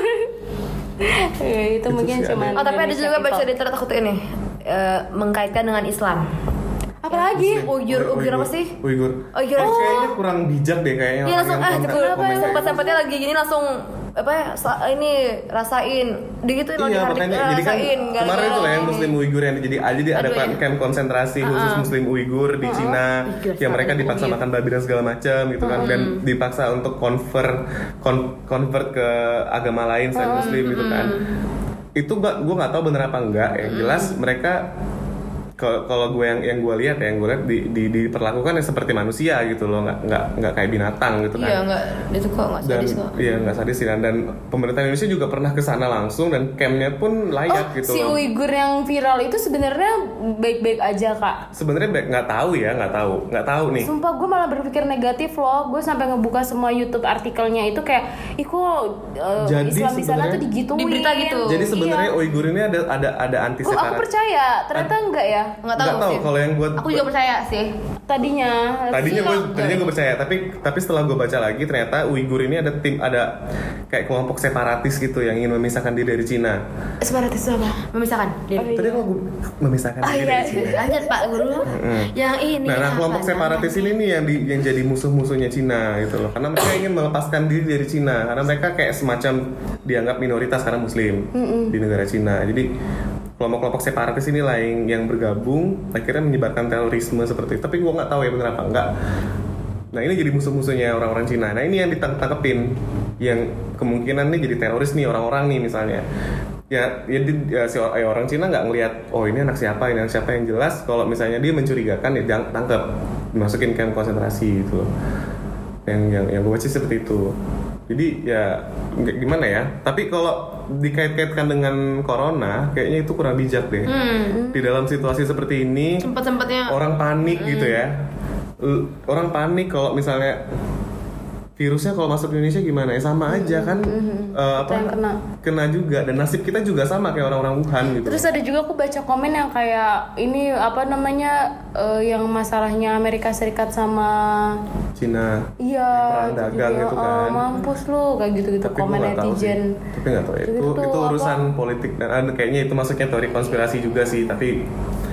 Eh, itu mungkin sih cuma ada. Oh tapi ada juga baca di di thread aku tuh ini eh, mengkaitkan dengan Islam. apa lagi? Uyghur, Uyghur apa sih? Uyghur. Uyghur. Eh, kayaknya kurang bijak deh kayaknya. Iya orang langsung yang ah komen- cepet komen kayak sempat gitu. sempatnya lagi gini langsung apa ya, sel- ini rasain digituin loh, Iya di- makanya di- jadi kan rasain, kemarin gara-gara itu lah yang ini. Muslim Uighur yang jadi aja di ada Aduh, kan ya. camp konsentrasi khusus Muslim Uighur di Cina Ih, yang mereka gila, dipaksa Uighur. makan babi dan segala macam gitu kan dan dipaksa untuk convert kon- convert ke agama lain selain Muslim gitu kan. Itu gak, gue nggak tahu bener apa enggak ya. Jelas mereka kalau kalau gue yang yang gue lihat ya yang gue lihat di, di diperlakukan ya seperti manusia gitu loh, nggak nggak nggak kayak binatang gitu kan. Iya nggak, itu kok nggak Dan sadis kok. iya nggak sadis sih, dan, dan pemerintah Indonesia juga pernah ke sana langsung dan campnya pun layak Oh, gitu si loh. Uighur yang viral itu sebenarnya baik-baik aja kak. Sebenarnya baik- nggak tahu ya, nggak tahu, nggak tahu nih. Sumpah gue malah berpikir negatif loh. Gue sampai ngebuka semua YouTube artikelnya itu kayak, ih kok uh, Jadi Islam di sana sebenarnya- tuh digituin. Di berita gitu. Jadi sebenarnya iya. Uighur ini ada ada ada anti Kok aku separat. percaya, ternyata enggak ya. Nggak tahu, sih. kalau yang gue Aku juga percaya sih. Tadinya. tadinya gue Sih, tadinya gue percaya tapi tapi setelah gue baca lagi ternyata Uighur ini ada tim ada kayak kelompok separatis gitu yang ingin memisahkan diri dari Cina. separatis apa? Memisahkan. Dia. Tadi kalau gue memisahkan Oh, diri iya. dari Cina. Lanjut Pak Guru. Yang ini. Nah, nah apa kelompok separatis namanya? ini nih yang di, yang jadi musuh-musuhnya Cina gitu loh. Karena mereka ingin melepaskan diri dari Cina karena mereka kayak semacam dianggap minoritas karena Muslim di negara Cina. Jadi kelompok-kelompok separatis inilah yang yang bergabung akhirnya menyebarkan terorisme seperti itu. Tapi gue nggak tahu ya bener apa enggak. Nah ini jadi musuh-musuhnya orang-orang Cina. Nah ini yang ditangkepin, yang kemungkinan nih jadi teroris nih orang-orang nih misalnya. Ya, ya, di- ya si or- ya orang Cina nggak ngelihat, oh ini anak siapa, ini anak siapa, yang jelas kalau misalnya dia mencurigakan ya jang- tangkap, dimasukin camp konsentrasi gitu loh. Yang yang yang gue baca seperti itu. Jadi ya g- gimana ya? Tapi kalau dikait-kaitkan dengan corona, kayaknya itu kurang bijak deh. Hmm. Di dalam situasi seperti ini, Sempet-sempetnya. orang panik gitu ya. L- Orang panik kalau misalnya virusnya kalau masuk Indonesia gimana ya, sama aja kan. Eh, apa yang kena. kena juga, dan nasib kita juga sama kayak orang-orang Wuhan gitu. Terus ada juga aku baca komen yang kayak ini apa namanya eh, yang masalahnya Amerika Serikat sama Cina iya perang itu dagang juga, itu oh, kan. mampus lu kayak gitu-gitu Tapi komen gue nggak tahu sih. netizen. Tapi nggak tahu ya. Itu Itu tuh itu apa? urusan politik dan ah, kayaknya itu masuknya teori konspirasi juga sih, tapi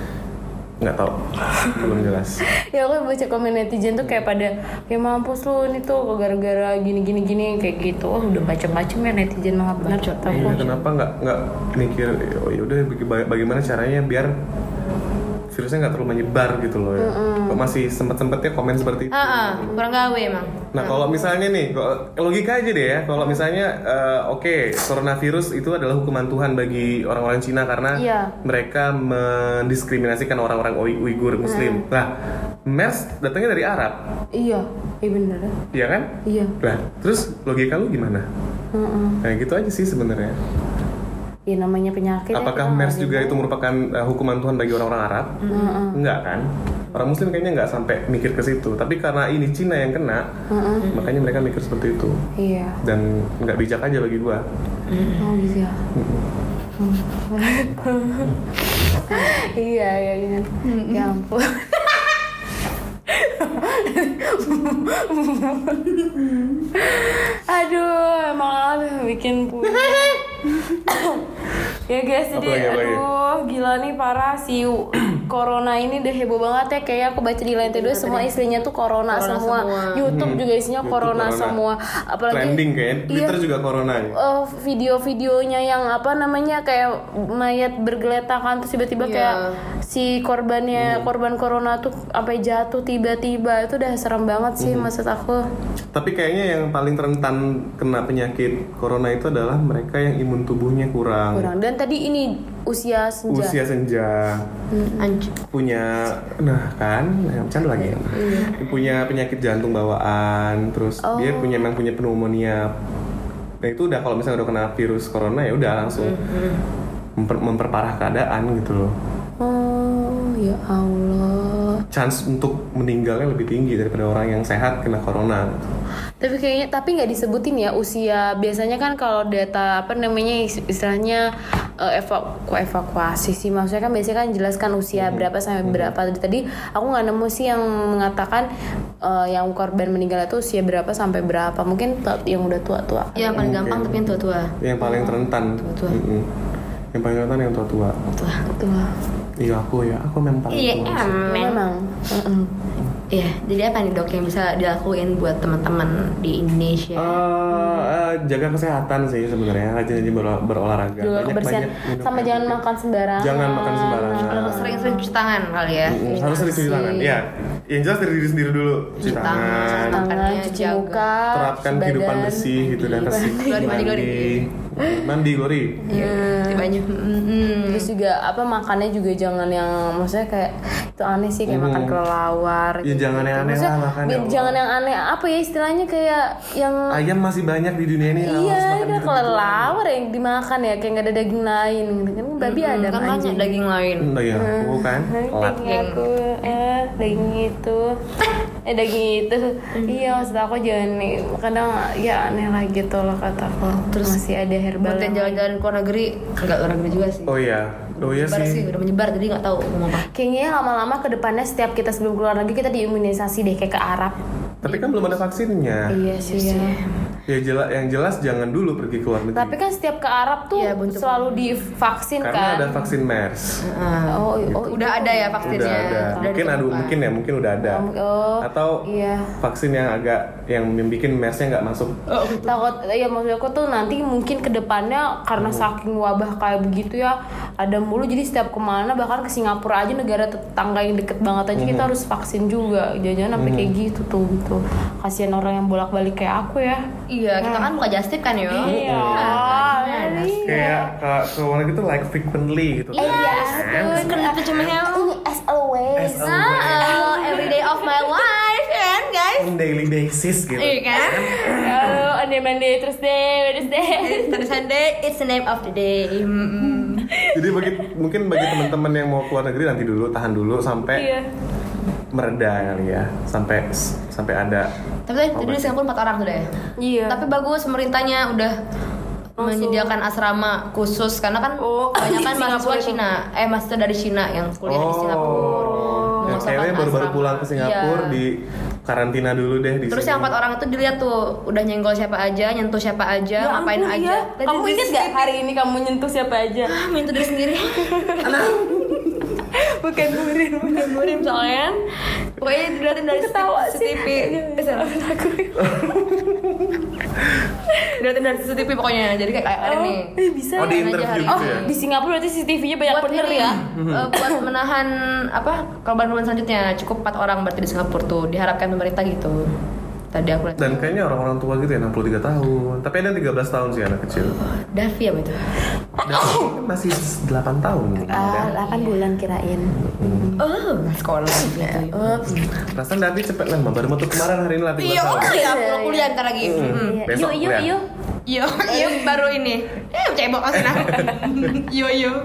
nggak tahu, belum jelas. Ya aku baca komen netizen tuh kayak pada kayak mampus lu ini tuh gara-gara gini-gini gini kayak gitu. Wah udah macam-macam ya netizen mah benar kata aku. Iya, kenapa nggak nggak mikir, oh yaudah baga- bagaimana caranya biar virusnya nggak terlalu menyebar gitu loh ya. Kok masih sempet-sempetnya komen seperti itu. Ah, ah, kurang gawe emang. Nah kalau misalnya nih, kok- logika aja deh ya. Kalau misalnya, eh, oke, coronavirus itu adalah hukuman Tuhan bagi orang-orang Cina karena Iya. mereka mendiskriminasikan orang-orang Ui- Uighur Muslim. Nah, MERS datangnya dari Arab, Iya, iya bener. iya kan? Iya. Nah, terus logika lu gimana? Heeh. Nah gitu aja sih sebenarnya. Ya namanya penyakit. ya, Apakah kita MERS nggak juga ada. itu merupakan uh, hukuman Tuhan bagi orang-orang Arab? Enggak kan? Orang Muslim kayaknya nggak sampai mikir ke situ. Tapi karena ini Cina yang kena, makanya mereka mikir seperti itu. Iya. Dan nggak bijak aja bagi gua. Oh gitu ya. Iya iya iya. Ya ampun. Aduh, emang bikin pusing. Ya guys, Apa jadi lagi, apa lagi? aduh gila nih parah si corona ini udah heboh banget ya. Kayak aku baca di lantai dua semua istrinya tuh corona, Corona semua. semua. YouTube juga isinya YouTube corona, corona. semua. Apalagi Trending kayaknya, Twitter iya. juga corona ya. Eh, video-videonya yang apa namanya kayak mayat bergeletakan terus tiba-tiba Iya. kayak si korbannya korban corona tuh sampai jatuh tiba-tiba, itu udah serem banget sih maksud aku. Tapi kayaknya yang paling rentan kena penyakit corona itu adalah mereka yang imun tubuhnya kurang. Kurang. Dan tadi ini usia senja. Usia senja. Anjir. Punya, nah kan, nah, bercanda lagi ya. Punya penyakit jantung bawaan, terus dia punya memang punya pneumonia. Nah itu udah kalau misalnya udah kena virus corona ya udah langsung memper- memperparah keadaan gitu loh. Oh, ya Allah. Chance untuk meninggalnya lebih tinggi daripada orang yang sehat kena corona. Gitu. Tapi kayaknya tapi nggak disebutin ya usia. Biasanya kan kalau data apa namanya istilahnya eh, evaku evakuasi sih, maksudnya kan biasanya kan jelaskan usia berapa sampai berapa. Tadi aku nggak nemu sih yang mengatakan eh, yang korban meninggal itu usia berapa sampai berapa. Mungkin t- yang udah tua-tua. Ya paling gampang Mungkin. tapi yang tua-tua. Yang paling rentan. Tua-tua. Mm-mm. Yang paling rentan yang tua-tua. Tua. Tua. Iya aku ya, aku memang paling Iya, tua. sih. emang. Memang. Mm-mm. Iya, jadi apa nih dok yang bisa dilakuin buat teman-teman di Indonesia? Eh, eh, jaga kesehatan sih sebenarnya, rajin-rajin ber- berolahraga. Juga kebersihan minum sama air jangan putih. makan sembarangan. Jangan makan sembarangan. Harus sering-sering cuci tangan kali ya. Mm, harus sering cuci tangan. Iya. Yang jelas dari diri sendiri dulu, cuci Cuci tangan. tangan. tangan, Makannya cuci jaga. muka, Terapkan cuci kehidupan badan. bersih gitu dan bersih. Glori, mandi, glori. Mandi, Glori. Iya, di banyu. Mm-mm. Terus juga apa makannya juga jangan yang maksudnya kayak itu aneh sih kayak Hmm. makan kelelawar. Ya, jangan yang aneh Maksudnya, lah makan, ya bi- Allah. jangan yang aneh apa ya istilahnya kayak yang Ayam masih banyak di dunia ini. iya harus makan ada gitu-gitu. kelelawar yang dimakan ya kayak nggak ada daging lain gitu kan babi ada Kan banyak daging lain. Oh iya, aku kan telat. daging aku eh daging itu eh daging itu iya maksud aku jangan nih kadang ya aneh lah gitu loh kataku terus masih ada herbal Buat yang yang jalan-jalan ke luar negeri, enggak luar negeri juga sih. Oh iya, oh iya Menyebar sih, sih. udah menyebar jadi nggak tahu mau apa. kayaknya lama-lama ke depannya setiap kita sebelum keluar negeri kita diimunisasi deh kayak ke Arab. Tapi kan belum ada vaksinnya. Iya sih ya. Ya jelas, yang jelas jangan dulu pergi ke luar negeri. Tapi kan setiap ke Arab tuh Iya, bentuk- selalu divaksin Karena kan. ada vaksin MERS. Oh, oh, Udah ada ya vaksinnya. Udah ada. Mungkin ada, ditemukan. mungkin ya, mungkin udah ada. Oh, Atau iya. vaksin yang agak yang bikin MERS-nya nggak masuk. Takut ya maksud aku tuh nanti mungkin kedepannya karena saking wabah kayak begitu ya ada mulu jadi setiap kemana bahkan ke Singapura aja negara tetangga yang deket banget aja kita harus vaksin juga jangan sampai kayak gitu tuh gitu kasihan orang yang bolak-balik kayak aku ya. Iya, kita kan buka just tip kan yo. Iya. Kayak ke ke luar negeri tuh like frequently gitu. Iya. Kan itu cuma yang As always. As always. oh, every day of my life kan guys. On daily basis gitu. Iya kan? Halo, Monday, Monday, Tuesday, Wednesday. Terus Sunday, it's the name of the day. Mm-mm. Jadi bagi mungkin bagi teman-teman yang mau keluar negeri nanti dulu tahan dulu sampai Iya. mereda kali ya, sampai sampai ada. Tapi tadi tadi di Singapura empat orang tuh deh. Iya. Tapi bagus pemerintahnya udah menyediakan asrama khusus karena kan Oh, kebanyakan di mahasiswa Singapura itu. Cina, eh mahasiswa dari Cina yang kuliah di Singapura. Yang Memasukkan cewek baru-baru asrama. pulang ke Singapura Iya. di karantina dulu deh di Terus sini. yang empat orang itu dilihat tuh udah nyenggol siapa aja, nyentuh siapa aja, Ya ngapain ampun, aja. iya. Kamu ingat gak hari ini kamu nyentuh siapa aja? Ah, minta diri sendiri. Bukan murid. Bukan murim soalnya. Pokoknya dilihatin dari Ketawa C C T V. Eh, salah. Dilihatin dari C C T V pokoknya. Jadi kayak kayak Oh, nih. eh, bisa. Oh, di ya? interview hari. gitu Oh, ya. di Singapura berarti C C T V-nya banyak Buat bener ini, ya? eh, buat menahan apa korban-korban selanjutnya cukup empat orang berarti di Singapura tuh diharapkan pemerintah gitu. Tadi aku lihat. Dan kayaknya orang-orang tua gitu ya enam puluh tiga tahun. Tapi ada yang tiga belas tahun sih anak kecil. Davi apa itu? Dan kan masih delapan tahun. Ah, delapan bulan kirain. Oh, sekolah gitu. Oh, Perasaan Davi cepet lah, baru mau tuh kemarin hari ini latih Iya, bahasa. oke ya, pulang kuliah ntar lagi. Mm. iya. Besok Yuk, yuk, kuliah. yuk. Yo, yo baru ini. Eh, cebok kasih aku. Yo, yo.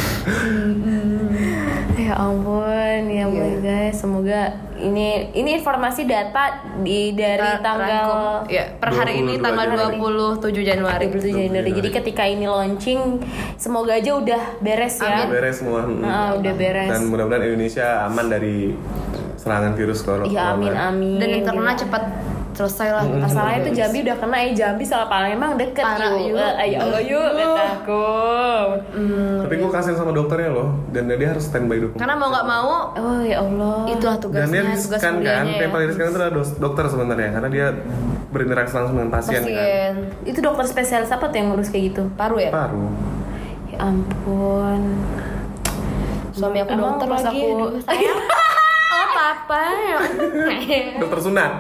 Ya ampun, ya ampun guys. Semoga ini ini informasi data di dari Ra- tanggal rangkum. Ya, per hari ini dua puluh dua tanggal dua Januari. puluh tujuh Januari. dua puluh tujuh Januari. Jadi ketika ini launching, semoga aja udah beres ya. Amin. Beres semua. hmm. Ah, udah beres. Dan mudah-mudahan Indonesia aman dari serangan virus corona. Ya amin amin. Dan yang terkena gitu. cepat selesai lah. Masalahnya tuh Jambi udah kena eh Jambi salah Palembang deket Parah, yuk. yuk. Eh, ayo Allah yuk kata aku. Tapi gue kasihan sama dokternya loh, dan dia harus standby dulu. Karena mau nggak mau Oh ya Allah. itulah Dan dia tugasnya, tugas riskan kan, kuliahnya. yang paling riskan itu adalah dos- dokter sebenarnya, karena dia berinteraksi langsung dengan pasien, kan. Pasien. Itu dokter spesialis apa tuh yang ngurus kayak gitu? Paru ya? Paru. Ya ampun. Suami aku Emang dokter pas lagi, aku aduh. sayang. Oh papa. Dokter sunat.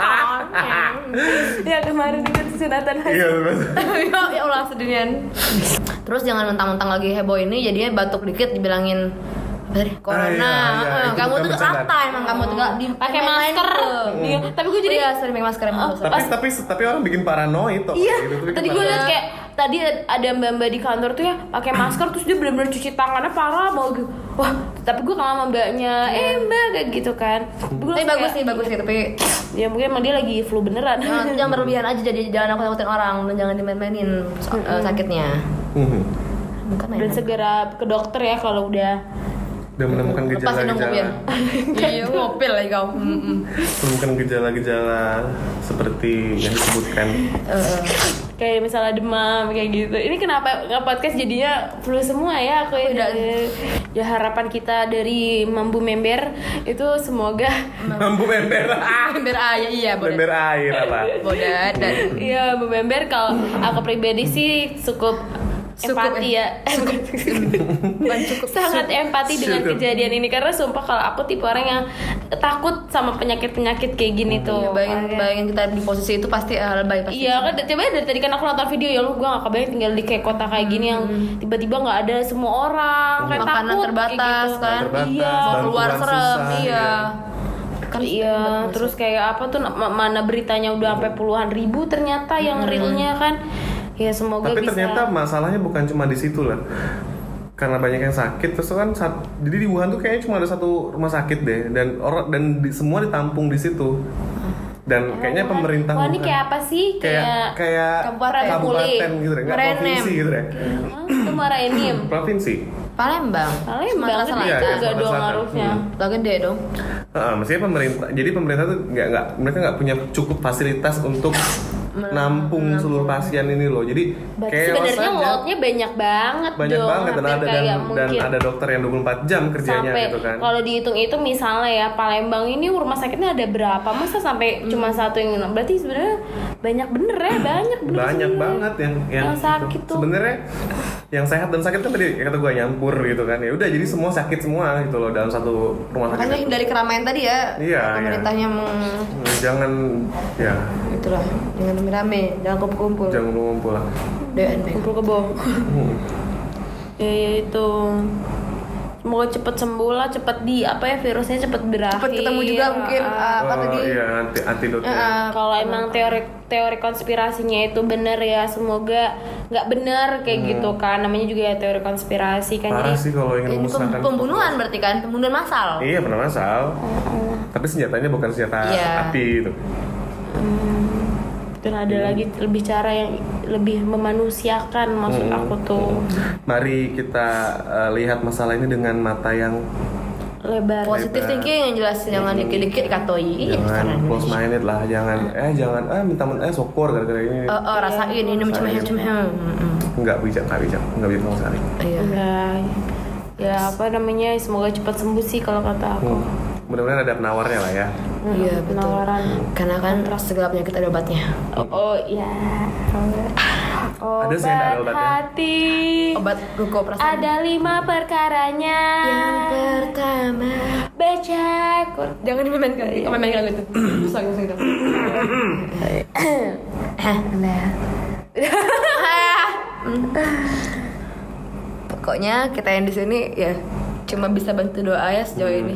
Ya kemarin ikut sunatan haji. Iya betul. ya, ya Allah sedinian. Terus jangan mentang-mentang lagi heboh ini jadinya batuk dikit dibilangin apa tadi? Corona. Ah, iya, iya. Eh, Itu kamu bukan tuh bercandaan. apa emang kamu tuh gak di Pakai masker. Iya, tapi gue jadi Iya, sering pakai masker emang. Tapi tapi tapi orang bikin paranoid tuh. Iya, Gitu, tuh bikin tadi gue paranoid. liat kayak tadi ada mbak-mbak di kantor tuh ya pakai masker terus dia benar-benar cuci tangannya parah mau gitu. Wah, tapi gue kenal sama mbaknya, eh mbak kayak gitu kan. Gua Tapi langsung bagus kayak, sih, bagus sih, tapi ya mungkin emang dia lagi flu beneran. jangan, jangan berlebihan aja jadi jangan aku takutin orang dan jangan dimain-mainin so- eh, sakitnya. Mhm. Bukan Dan main. segera ke dokter ya kalau udah Udah menemukan Lepasin dong mobil. gejala-gejala. Iya, mobil lagi kau. Mm-mm. Menemukan gejala-gejala seperti yang disebutkan. Eh, kayak misalnya demam kayak gitu. Ini kenapa nggak podcast jadinya flu semua ya aku ya. Ya harapan kita dari Mambu Member itu semoga Mambu member. Member air iya boleh. Member air apa? Bodat dan iya Mambu Member. Kalau aku pribadi sih cukup Cukup, empati ya. bukan cukup Sangat empati dengan Cukup. kejadian ini karena sumpah kalau aku tipe orang yang takut sama penyakit-penyakit kayak gini tuh. Ya, bayangin, Makanya- bayangin kita di posisi itu pasti hal baik pasti. Iya kan, coba dari tadi kan aku nonton video ya lu gue gak kebayang tinggal di kayak kota kayak gini yang tiba-tiba nggak ada semua orang, kayak Makanan takut terbatas, kayak gitu. kan? Terbatas, Iya. Mau keluar bantuan serem, susah, iya. ya. Kan Iya, terus kayak apa tuh ma- mana beritanya udah sampai puluhan ribu ternyata yang realnya kan. Ya semoga Tapi bisa. ternyata masalahnya bukan cuma di situ lah. Karena banyak yang sakit terus kan saat, jadi di Wuhan tuh kayaknya cuma ada satu rumah sakit deh dan orang dan di, semua ditampung di situ. Dan kayaknya Wuhan- pemerintah Wuhan ini Wuhan- kayak apa sih? kayak Kayak kayak Kabupaten. kabupaten gitu deh, nggak Merenem. provinsi gitu deh. Hah? Itu Maraenim. Provinsi. Palembang. Palembang Sumatera kan Selatan. Iya, kayak juga Sumatera dong Selatan. harusnya. Hmm. Lah gede dong. Heeh, mestinya pemerintah. Jadi pemerintah tuh nggak nggak mereka nggak punya cukup fasilitas untuk nampung seluruh pasien ini loh. Jadi Berarti kayak sebenarnya aja. loadnya banyak banget banyak dong. banget dan Hampir ada kayak dan, dan mungkin ada dokter yang dua puluh empat jam kerjanya sampai gitu kan. kalau dihitung itu misalnya ya Palembang ini rumah sakitnya ada berapa, masa sampai cuma satu yang berarti sebenarnya banyak bener ya, banyak bener Banyak sebenarnya. banget yang yang, Yang sakit gitu. tuh. Sebenarnya yang sehat dan sakit kan tadi kata gue nyampur gitu kan. Ya udah jadi semua sakit semua gitu loh dalam satu rumah sakit. Makanya hindari keramaian tadi ya. Iya, Pemerintahnya meng Jangan ya itulah, jangan rame-rame, jangan kumpul-kumpul. jangan ngumpul lah. D N P. kumpul kebo. Ya, ya itu. Semoga cepet sembuh lah, cepet di apa ya virusnya cepet berakhir. Cepet ketemu juga mungkin Ah. uh, apa Oh, tadi? iya anti antidotnya. Uh, Kalau emang teori teori konspirasinya itu bener ya, semoga nggak bener kayak gitu kan. Namanya juga ya teori konspirasi kan. Parah Jadi sih kalau ingin ini pem- memusnahkan. pembunuhan berarti kan, pembunuhan massal. Iya pernah masal. Tapi senjatanya bukan senjata Iya. api itu. dan ada Hmm. lagi lebih cara yang lebih memanusiakan maksud Hmm. aku tuh. Mari kita uh, lihat masalah ini dengan mata yang Lebar. Positive Lebar. thinking yang jelas, jangan dikit-dikit katoi. jangan close minded lah, jangan eh jangan eh minta minta eh sokor gara-gara ini. Eh, eh, rasain ini Rasain. macam-macam. Nggak bijak, nggak bijak, nggak bijak sama sekali. Iya. Ya, ya apa namanya, semoga cepat sembuh sih kalau kata aku. Hmm. Mudah-mudahan ada penawarnya lah ya. Hmm, Iya, betul. penawaran. Karena kan segala penyakit ada obatnya. Oh, oh ya. Ada sih yang ada Obat obatnya. hati. Obat gluko perasaan. Ada lima perkaranya. Yang pertama, Baca Quran. jangan dimainkan. Kamu main lagu itu. Susah gitu. Pokoknya kita yang di sini ya cuma bisa bantu doa ya sejauh ini.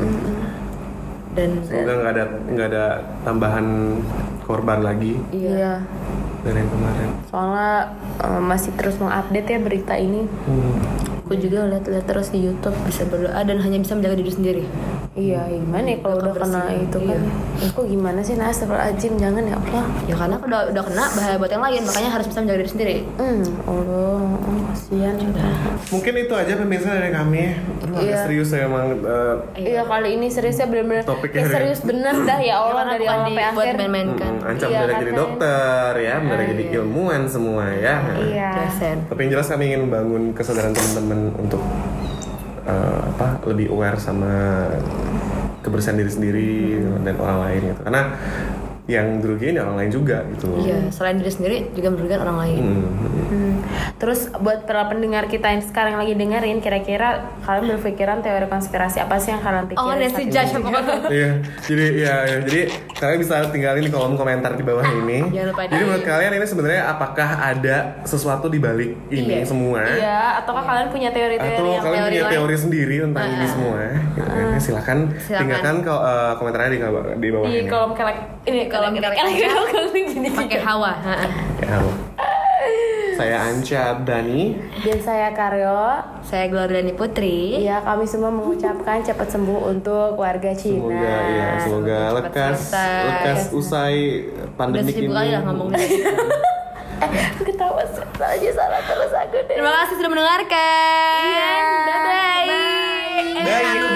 Dan Semoga nggak ada nggak ada tambahan korban lagi Iya. dari yang kemarin. Soalnya eh, masih terus mengupdate ya berita ini. Hmm. aku juga lihat-lihat terus di YouTube, bisa berdoa dan hanya bisa menjaga diri sendiri. Iya, gimana ya kalau udah kena Kebersihan, itu kan? iya. Ya, kok gimana sih? Nah, astagfirullahaladzim, jangan ya Allah. Ya karena aku udah udah kena bahaya buat yang lain, makanya harus bisa menjaga diri sendiri. Hmm, Allah, oh, kasihan. Mungkin itu aja pemirsa dari kami. Agak Iya. serius ya emang. eh, Iya, kali ini seriusnya bener-bener Topiknya kayak serius bener dah ya Allah, Karena dari bukan awal di- sampai buat akhir. main-mainkan. mm, ancam Iya, mendadak kan, jadi kan. dokter ya, mendadak jadi ilmuwan semua ya. Iya. Dosen. Tapi yang jelas kami ingin membangun kesadaran teman-teman untuk eh, apa lebih aware sama kebersihan diri sendiri dan orang lain gitu. Karena yang dirugiin ya orang lain juga gitu. Iya, selain diri sendiri juga merugikan orang lain. Hmm. Hmm. Terus buat para pendengar kita yang sekarang lagi dengerin, kira-kira kalian berpikiran teori konspirasi apa sih yang kalian pikirin? Oh, Nancy saat Judge ini? apa tuh? Iya, jadi ya, ya, jadi kalian bisa tinggalin di kolom komentar di bawah ini. Jangan lupa di- Jadi menurut kalian ini sebenarnya apakah ada sesuatu di balik ini Iya. semua? Iya, ataukah kalian punya teori-teori Atau yang kalian teori punya lain? teori sendiri tentang ini Ah. semua? Gitu kan. Silakan, Silakan. tinggalkan ko- eh, komentarnya di, di bawah di ini. kolom kelek ini kolom kelek Kelek-kelek. gini Pakai hawa. Ha-ha. Ya, halo. Saya Anca Abdani. Dan saya Karyo. Saya Gloriani Putri. Iya, kami semua mengucapkan cepat sembuh untuk warga Cina. Semoga ya, semoga Semoga cepat lekas selesai. lekas usai Udah pandemi seribu ini. kali lah ngomongnya. Eh, ketawa salah aja salah terus aku deh. Terima kasih sudah mendengarkan. Iya, dadah. Bye. Bye.